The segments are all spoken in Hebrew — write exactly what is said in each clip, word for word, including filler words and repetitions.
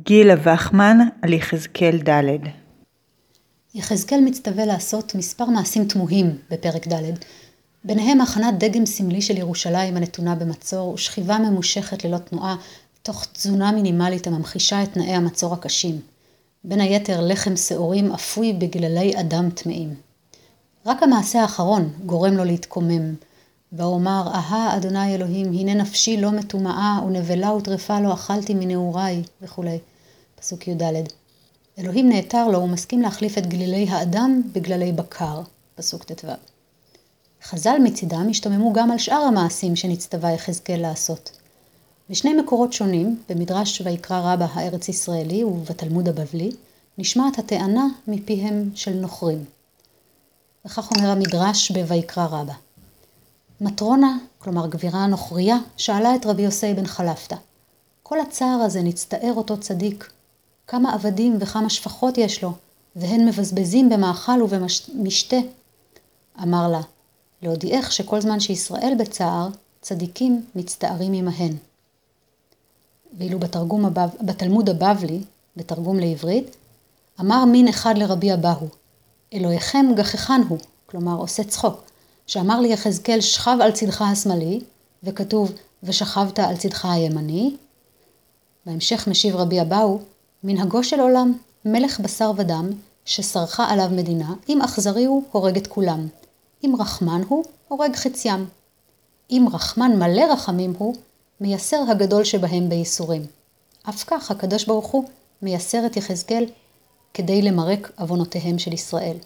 גילה וחמן על יחזקאל ד'. יחזקאל מצטווה לעשות מספר מעשים תמוהים בפרק ד', ביניהם הכנת דגם סמלי של ירושלים הנתונה במצור ושכיבה ממושכת ללא תנועה, תוך תזונה מינימלית הממחישה את תנאי המצור הקשים. בין היתר לחם שעורים אפוי בגללי אדם טמאים. רק המעשה האחרון גורם לו להתקומם, ואומר, אהה אדוני אלוהים, הנה נפשי לא מטומאה ונבלה וטרפה לא אכלתי מנעוריי וכו'. פסוק י"ד. אלוהים נעתר לו ומסכים להחליף את גלילי האדם בגללי בקר. פסוק ט"ו. חז"ל מצידם השתוממו גם על שאר המעשים שנצטווה יחזקאל לעשות. בשני מקורות שונים, במדרש ויקרא רבה הארץ ישראלי ובתלמוד הבבלי, נשמעת הטענה מפיהם של נוכרים. וכך אומר המדרש בויקרא רבה. מטרונה, כלומר גבירה הנוכריה, שאלה את רבי יוסי בן חלפתא. כל הצער הזה נצטער אותו צדיק. כמה עבדים וכמה שפחות יש לו, והן מבזבזים במאכל ובמשתה. אמר לה, להודיעך שכל זמן שישראל בצער, צדיקים מצטערים עמהן. ואילו בתרגום הבב, בתלמוד הבבלי, בתרגום לעברית, אמר מין אחד לרבי אבהו, אלוהיכם גחכן הוא, כלומר עושה צחוק, שאמר לי יחזקאל שכב על צדך השמאלי, וכתוב ושכבת על צדך הימני. בהמשך משיב רבי אבהו, מנהגו של עולם, מלך בשר ודם, ששרחה עליו מדינה, אם אכזרי הוא, הורג את כולם. אם רחמן הוא, הורג חציים. אם רחמן מלא רחמים הוא, מייסר הגדול שבהם בייסורים. אף כך הקדוש ברוך הוא מייסר את יחזקאל כדי למרק עוונותיהם של ישראל.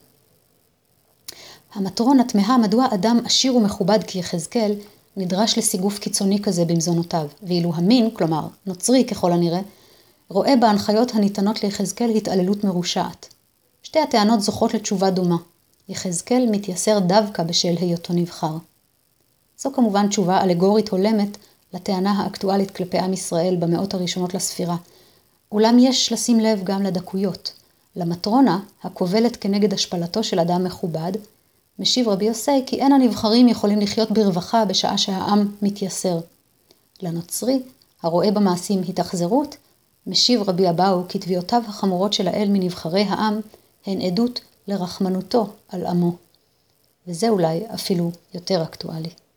המטרון התמהה מדוע אדם עשיר ומכובד כיחזקאל נדרש לסיגוף קיצוני כזה במזונותיו, ואילו המין, כלומר נוצרי ככל הנראה, רואה בהנחיות הניתנות ליחזקאל התעללות מרושעת. שתי הטענות זוכות לתשובה דומה. יחזקאל מתייסר דווקא בשל היותו נבחר. זו כמובן תשובה אלגורית הולמת לטענה האקטואלית כלפי עם ישראל במאות הראשונות לספירה. אולם יש לשים לב גם לדקויות. למטרונה, הכובלת כנגד השפלתו של אדם מכובד, משיב רבי יוסי כי אין הנבחרים יכולים לחיות ברווחה בשעה שהעם מתייסר. לנוצרי, הרואה במעשים התאכזרות, משיב רבי אבהו כי תביעותיו החמורות של האל מנבחרי העם הן עדות לרחמנותו על עמו. וזה אולי אפילו יותר אקטואלי.